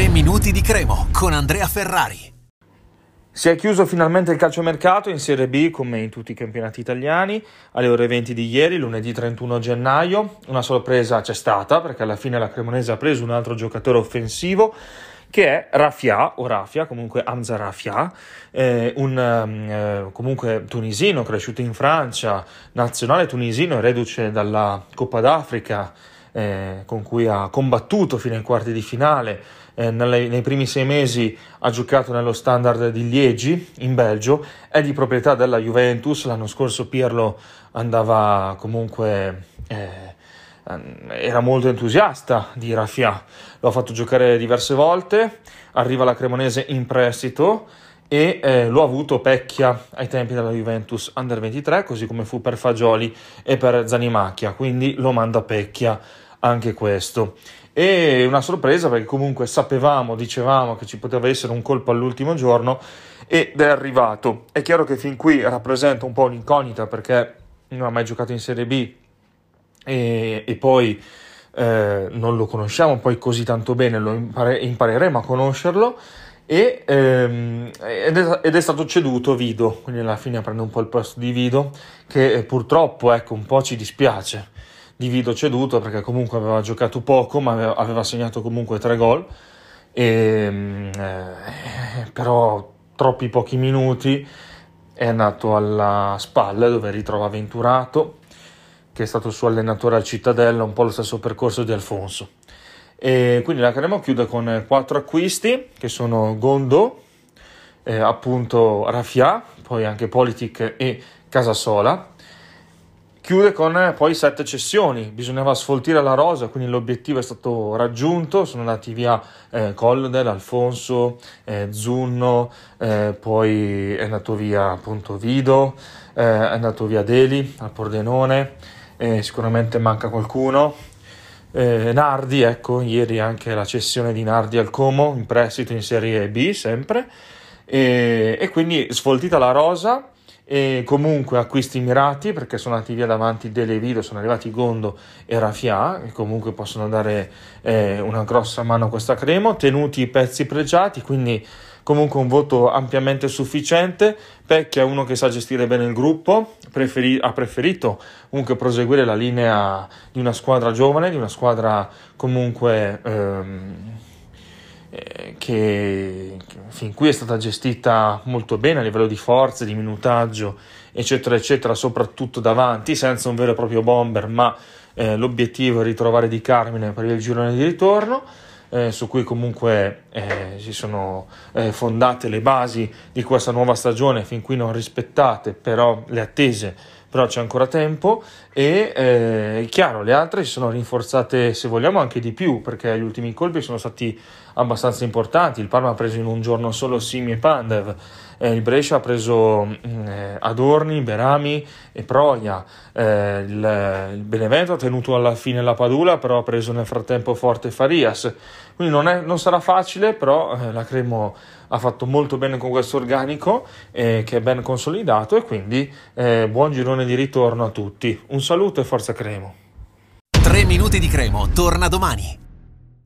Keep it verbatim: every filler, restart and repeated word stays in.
tre minuti di Cremo con Andrea Ferrari. Si è chiuso finalmente il calciomercato in Serie B come in tutti i campionati italiani alle ore venti di ieri, lunedì trentuno gennaio. Una sorpresa c'è stata perché alla fine la Cremonese ha preso un altro giocatore offensivo che è Rafia o Rafia, comunque Hamza Rafia, eh, un eh, comunque tunisino cresciuto in Francia, nazionale tunisino, reduce dalla Coppa d'Africa eh, con cui ha combattuto fino ai quarti di finale. Eh, nelle, nei primi sei mesi ha giocato nello Standard di Liegi in Belgio, è di proprietà della Juventus. L'anno scorso Pirlo andava comunque eh, era molto entusiasta di Rafia, lo ha fatto giocare diverse volte, arriva alla Cremonese in prestito e eh, lo ha avuto Pecchia ai tempi della Juventus Under ventitré, così come fu per Fagioli e per Zanimacchia, quindi lo manda Pecchia anche questo. E una sorpresa perché comunque sapevamo, dicevamo che ci poteva essere un colpo all'ultimo giorno ed è arrivato. È chiaro che fin qui rappresenta un po' un'incognita perché non ha mai giocato in Serie B e, e poi eh, non lo conosciamo poi così tanto bene, lo impare, impareremo a conoscerlo e, ehm, ed, è, ed è stato ceduto Vido, quindi alla fine prende un po' il posto di Vido che eh, purtroppo ecco un po' ci dispiace di Vido ceduto perché comunque aveva giocato poco ma aveva, aveva segnato comunque tre gol e, eh, però troppi pochi minuti. È andato alla Spal dove ritrova Venturato che è stato suo allenatore al Cittadella, un po' lo stesso percorso di Alfonso. E quindi la Cremo chiude con quattro acquisti che sono Gondo, eh, appunto Rafia, poi anche Politic e Casasola. Chiude con poi sette cessioni, bisognava sfoltire la rosa, quindi l'obiettivo è stato raggiunto, sono andati via eh, Collodel, Alfonso, eh, Zunno, eh, poi è andato via appunto Vido, eh, è andato via Deli al Pordenone, eh, sicuramente manca qualcuno. Eh, Nardi, ecco, ieri anche la cessione di Nardi al Como, in prestito in Serie B sempre, e, e quindi sfoltita la rosa. E comunque acquisti mirati perché sono andati via davanti delle video, sono arrivati Gondo e Rafia che comunque possono dare eh, una grossa mano a questa Cremo, tenuti i pezzi pregiati, quindi comunque un voto ampiamente sufficiente. Pecchia è uno che sa gestire bene il gruppo, preferi- ha preferito comunque proseguire la linea di una squadra giovane, di una squadra comunque ehm, che, che fin qui è stata gestita molto bene a livello di forze, di minutaggio eccetera eccetera, soprattutto davanti, senza un vero e proprio bomber, ma eh, l'obiettivo è ritrovare Di Carmine per il girone di ritorno, eh, su cui comunque eh, si sono eh, fondate le basi di questa nuova stagione, fin qui non rispettate però le attese, però c'è ancora tempo. E eh, è chiaro, le altre si sono rinforzate se vogliamo anche di più perché gli ultimi colpi sono stati abbastanza importanti. Il Parma ha preso in un giorno solo Simi e Pandev, eh, il Brescia ha preso eh, Adorni, Berami e Proia, eh, il, il Benevento ha tenuto alla fine la Padula però ha preso nel frattempo Forte Farias, quindi non, è, non sarà facile, però eh, la Cremo ha fatto molto bene con questo organico eh, che è ben consolidato e quindi eh, buon girone di ritorno a tutti. Un saluto e forza Cremo. tre minuti di Cremo torna domani.